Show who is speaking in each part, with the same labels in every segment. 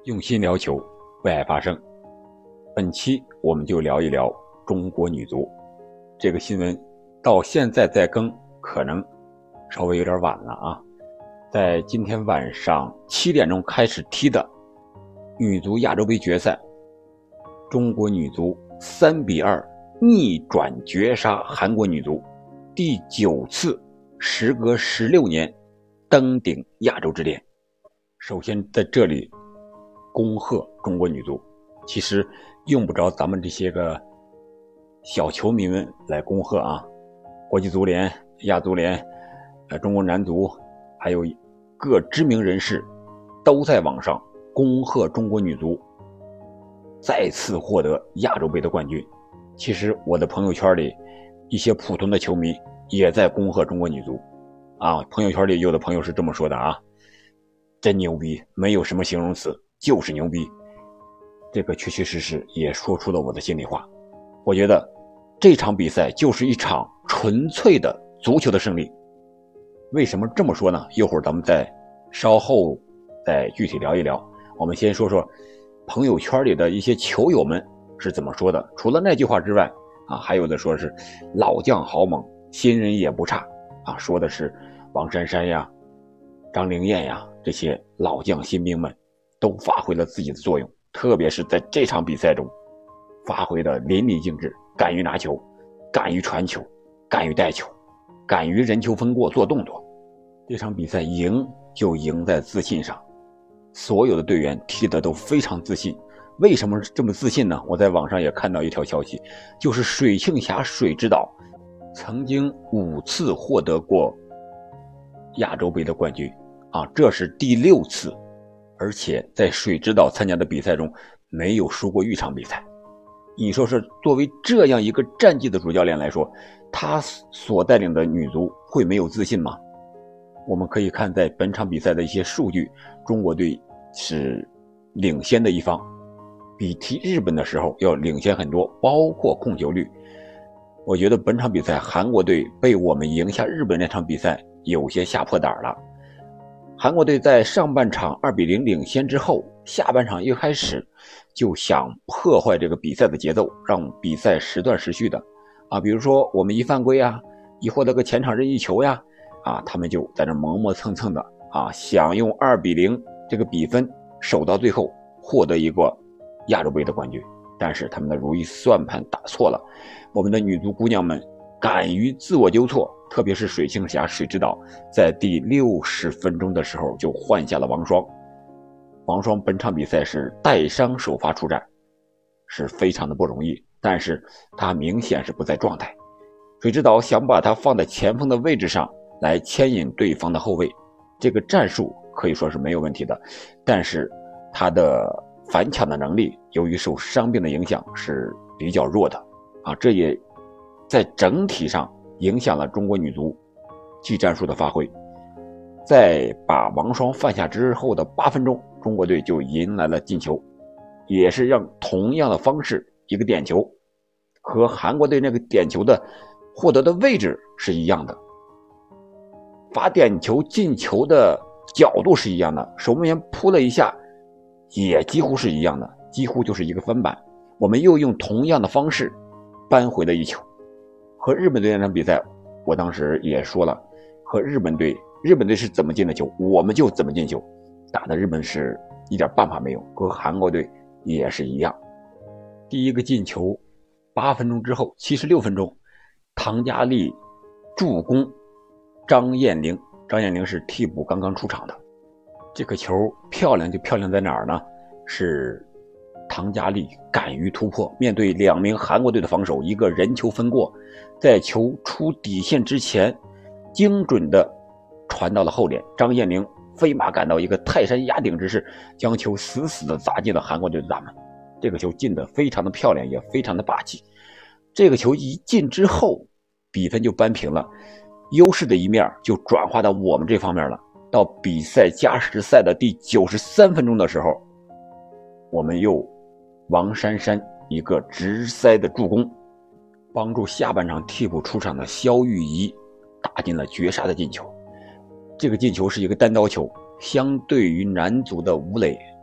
Speaker 1: 用心聊球，为爱发声。本期我们就聊一聊中国女足。这个新闻到现在再更可能稍微有点晚了啊。在今天晚上7点钟开始踢的女足亚洲杯决赛，中国女足3-2逆转绝杀韩国女足，第9次时隔16年登顶亚洲之巅。首先在这里恭贺中国女足，其实用不着咱们这些个小球迷们来恭贺啊。国际足联、亚足联、中国男足还有各知名人士都在网上恭贺中国女足再次获得亚洲杯的冠军。其实我的朋友圈里一些普通的球迷也在恭贺中国女足啊。朋友圈里有的朋友是这么说的啊，真牛逼，没有什么形容词，就是牛逼。这个确确实实也说出了我的心里话。我觉得这场比赛就是一场纯粹的足球的胜利。为什么这么说呢？一会儿咱们再稍后再具体聊一聊。我们先说说朋友圈里的一些球友们是怎么说的。除了那句话之外啊，还有的说是老将好猛，新人也不差啊，说的是王珊珊呀、张灵艳呀，这些老将新兵们都发挥了自己的作用，特别是在这场比赛中发挥的淋漓尽致，敢于拿球，敢于传球，敢于带球，敢于人球分过做动作。这场比赛赢就赢在自信上，所有的队员踢得都非常自信。为什么这么自信呢？我在网上也看到一条消息，就是水庆霞水指导曾经5次获得过亚洲杯的冠军啊，这是第6次，而且在水指导参加的比赛中没有输过一场比赛。你说是作为这样一个战绩的主教练来说，他所带领的女足会没有自信吗？我们可以看在本场比赛的一些数据，中国队是领先的一方，比踢日本的时候要领先很多，包括控球率。我觉得本场比赛韩国队被我们赢下日本那场比赛有些吓破胆了。韩国队在上半场2-0领先之后，下半场一开始就想破坏这个比赛的节奏，让比赛时断时续的啊，比如说我们一犯规啊，一获得个前场任意球呀啊，他们就在那磨磨蹭蹭的啊，想用2-0这个比分守到最后，获得一个亚洲杯的冠军。但是他们的如意算盘打错了，我们的女足姑娘们敢于自我纠错，特别是水庆霞水指导在第60分钟的时候就换下了王霜。王霜本场比赛是带伤首发出战，是非常的不容易，但是他明显是不在状态。水指导想把他放在前锋的位置上来牵引对方的后卫，这个战术可以说是没有问题的，但是他的反抢的能力由于受伤病的影响是比较弱的啊，这也在整体上影响了中国女足技战术的发挥。在把王霜放下之后的8分钟，中国队就迎来了进球，也是让同样的方式，一个点球和韩国队那个点球的获得的位置是一样的，罚点球进球的角度是一样的，守门员扑了一下也几乎是一样的，几乎就是一个翻版。我们又用同样的方式扳回了一球。和日本队那场比赛我当时也说了，和日本队是怎么进的球我们就怎么进球，打的日本是一点办法没有，和韩国队也是一样。第一个进球8分钟之后76分钟，唐佳丽助攻张艳玲是替补刚刚出场的。这个球漂亮就漂亮在哪儿呢？是唐佳丽敢于突破，面对2名韩国队的防守，一个人球分过，在球出底线之前精准的传到了后点，张艳玲飞马赶到一个泰山压顶之势，将球死死的砸进了韩国队的大门。这个球进得非常的漂亮，也非常的霸气。这个球一进之后，比分就扳平了，优势的一面就转化到我们这方面了。到比赛加时赛的第93分钟的时候，我们又王珊珊一个直塞的助攻，帮助下半场替补出场的肖玉怡打进了绝杀的进球。这个进球是一个单刀球，相对于男足的吴磊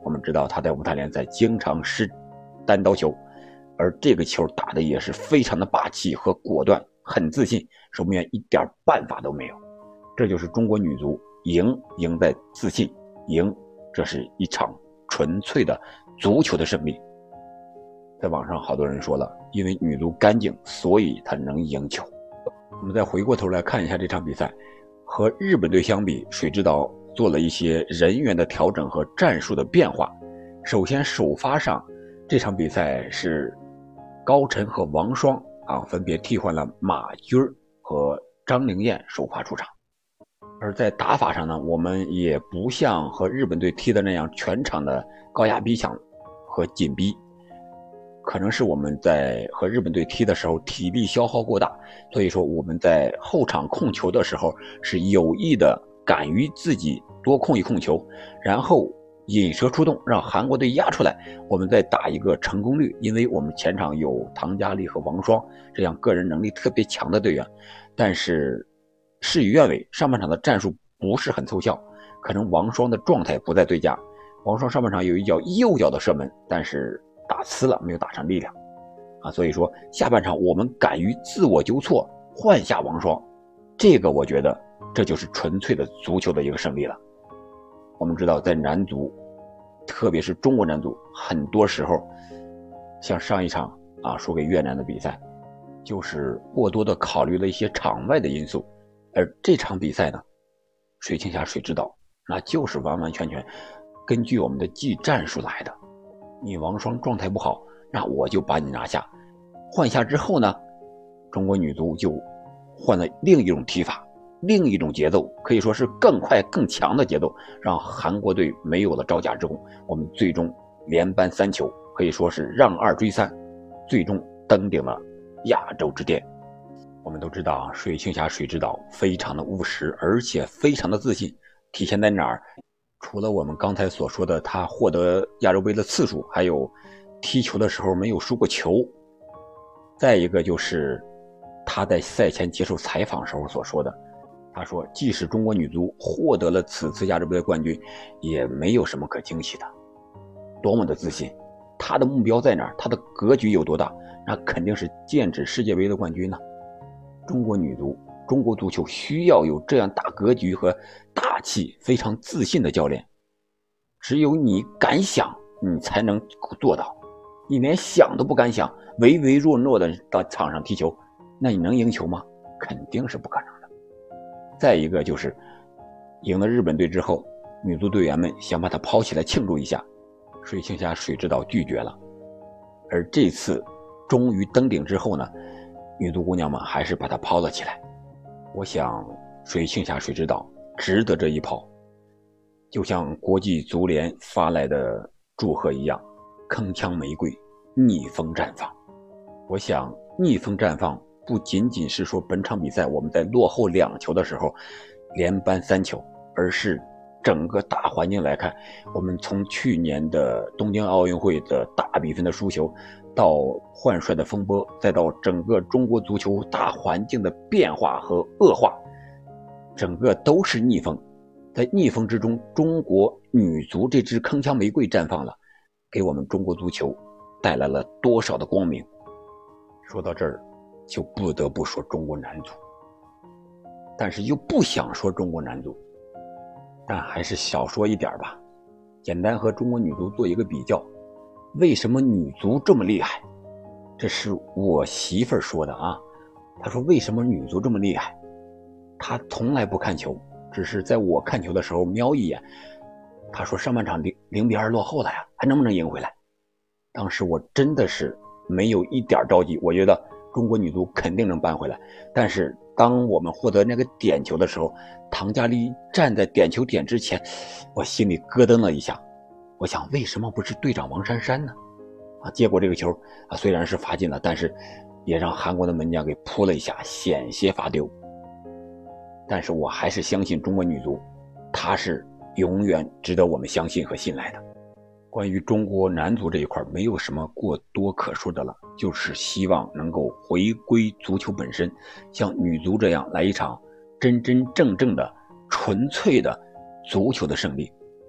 Speaker 1: 我们知道他在五大联赛经常失单刀球，而这个球打的也是非常的霸气和果断，很自信，守门员一点办法都没有。这就是中国女足赢在自信，这是一场纯粹的足球的胜利。在网上好多人说了，因为女足干净，所以她能赢球。我们再回过头来看一下这场比赛，和日本队相比，水指导做了一些人员的调整和战术的变化。首先首发上这场比赛是高晨和王霜分别替换了马驹和张灵燕首发出场。而在打法上呢，我们也不像和日本队踢的那样全场的高压逼抢和紧逼，可能是我们在和日本队踢的时候体力消耗过大，所以说我们在后场控球的时候是有意的敢于自己多控一控球，然后引蛇出洞，让韩国队压出来，我们再打一个成功率。因为我们前场有唐佳丽和王霜这样个人能力特别强的队员，但是事与愿违，上半场的战术不是很奏效，可能王霜的状态不在最佳。王霜上半场有一脚右脚的射门，但是打呲了，没有打成力量所以说下半场我们敢于自我纠错，换下王霜，这个我觉得这就是纯粹的足球的一个胜利了。我们知道在男足，特别是中国男足，很多时候像上一场输给越南的比赛，就是过多的考虑了一些场外的因素，而这场比赛呢，水庆霞水指导那就是完完全全根据我们的技战术来的。你王霜状态不好，那我就把你拿下。换下之后呢，中国女足就换了另一种踢法，另一种节奏，可以说是更快更强的节奏，让韩国队没有了招架之功。我们最终连扳3球，可以说是让2追3，最终登顶了亚洲之巅。我们都知道水庆霞水指导非常的务实，而且非常的自信，体现在哪儿？除了我们刚才所说的他获得亚洲杯的次数，还有踢球的时候没有输过球，再一个就是他在赛前接受采访时候所说的，他说即使中国女足获得了此次亚洲杯的冠军，也没有什么可惊喜的。多么的自信，他的目标在哪儿？他的格局有多大？那肯定是剑指世界杯的冠军呢。中国女足，中国足球需要有这样大格局和大气、非常自信的教练。只有你敢想，你才能做到。你连想都不敢想，唯唯诺诺的到场上踢球，那你能赢球吗？肯定是不可能的。再一个就是赢了日本队之后，女足队员们想把它抛起来庆祝一下，水庆霞水指导拒绝了。而这次终于登顶之后呢，女足姑娘们还是把它抛了起来。我想水庆霞水指导值得这一抛，就像国际足联发来的祝贺一样，铿锵玫瑰逆风绽放。我想逆风绽放不仅仅是说本场比赛我们在落后2球的时候连扳3球，而是整个大环境来看，我们从去年的东京奥运会的大比分的输球，到换帅的风波，再到整个中国足球大环境的变化和恶化，整个都是逆风。在逆风之中，中国女足这支铿锵玫瑰绽放了，给我们中国足球带来了多少的光明。说到这儿就不得不说中国男足，但是又不想说中国男足，但还是少说一点吧。简单和中国女足做一个比较，为什么女足这么厉害？这是我媳妇儿说的她说为什么女足这么厉害？她从来不看球，只是在我看球的时候瞄一眼。她说上半场0-2落后了呀，还能不能赢回来？当时我真的是没有一点着急，我觉得中国女足肯定能扳回来。但是当我们获得那个点球的时候，唐佳丽站在点球点之前，我心里咯噔了一下。我想为什么不是队长王珊珊呢？结果这个球虽然是罚进了，但是也让韩国的门将给扑了一下，险些罚丢。但是我还是相信中国女足，她是永远值得我们相信和信赖的。关于中国男足这一块没有什么过多可说的了，就是希望能够回归足球本身，像女足这样来一场真真正正的纯粹的足球的胜利。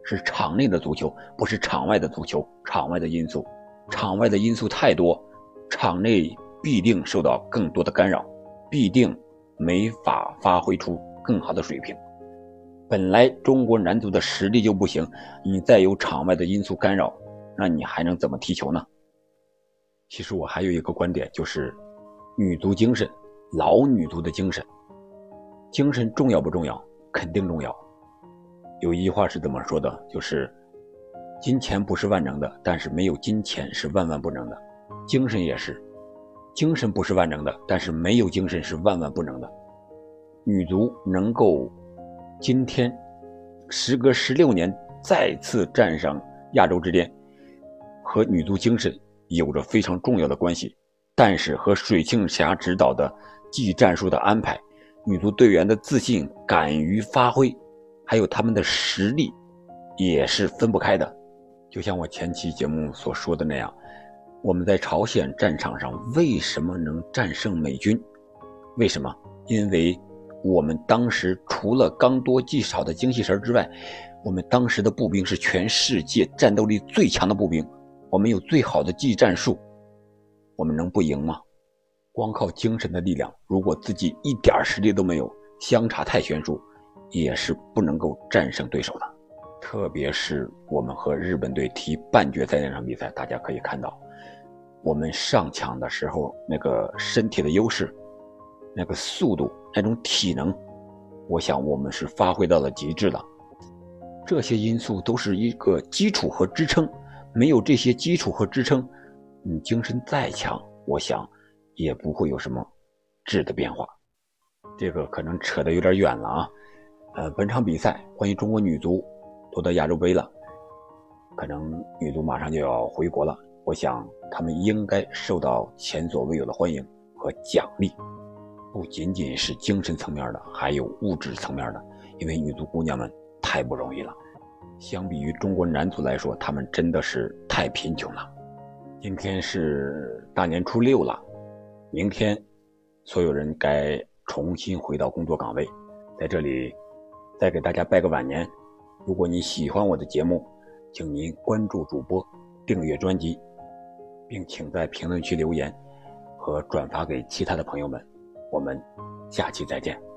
Speaker 1: 是场内的足球，不是场外的足球。场外的因素太多，场内必定受到更多的干扰，必定没法发挥出更好的水平。本来中国男足的实力就不行，你再有场外的因素干扰，那你还能怎么踢球呢？其实我还有一个观点，就是女足精神，老女足的精神重要不重要？肯定重要。有一句话是怎么说的？就是金钱不是万能的，但是没有金钱是万万不能的。精神也是，精神不是万能的，但是没有精神是万万不能的。女足能够今天时隔16年再次站上亚洲之巅，和女足精神有着非常重要的关系。但是和水庆霞指导的技战术的安排，女足队员的自信、敢于发挥，还有他们的实力也是分不开的。就像我前期节目所说的那样，我们在朝鲜战场上为什么能战胜美军？为什么？因为我们当时除了刚多技少的精细神之外，我们当时的步兵是全世界战斗力最强的步兵，我们有最好的技战术，我们能不赢吗？光靠精神的力量，如果自己一点实力都没有，相差太悬殊，也是不能够战胜对手的。特别是我们和日本队踢半决赛那场比赛，大家可以看到，我们上抢的时候那个身体的优势，那个速度，那种体能，我想我们是发挥到了极致的。这些因素都是一个基础和支撑，没有这些基础和支撑，你精神再强，我想也不会有什么质的变化。这个可能扯得有点远了啊。本场比赛关于中国女足夺得亚洲杯了，可能女足马上就要回国了，我想她们应该受到前所未有的欢迎和奖励，不仅仅是精神层面的，还有物质层面的，因为女足姑娘们太不容易了，相比于中国男足来说，她们真的是太贫穷了。今天是大年初6了，明天所有人该重新回到工作岗位。在这里再给大家拜个晚年，如果你喜欢我的节目，请您关注主播，订阅专辑，并请在评论区留言和转发给其他的朋友们。我们下期再见。